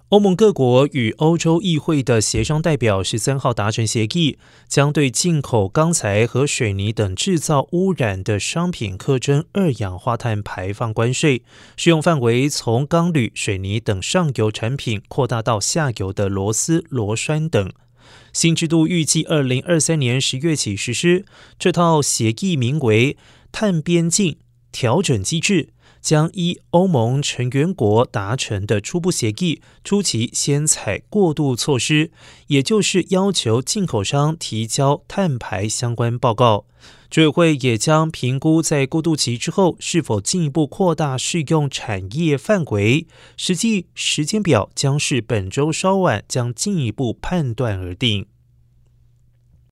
欧盟各国与欧洲议会的协商代表13号达成协议，将对进口钢材和水泥等制造污染的商品课征二氧化碳排放关税，适用范围从钢铝、水泥等上游产品扩大到下游的螺丝、螺栓等。新制度预计2023年10月起实施。这套协议名为碳边境调整机制，将依欧盟成员国达成的初步协议，初期先采过渡措施，也就是要求进口商提交碳排相关报告。执委会也将评估在过渡期之后是否进一步扩大适用产业范围，实际时间表将是本周稍晚将进一步判断而定。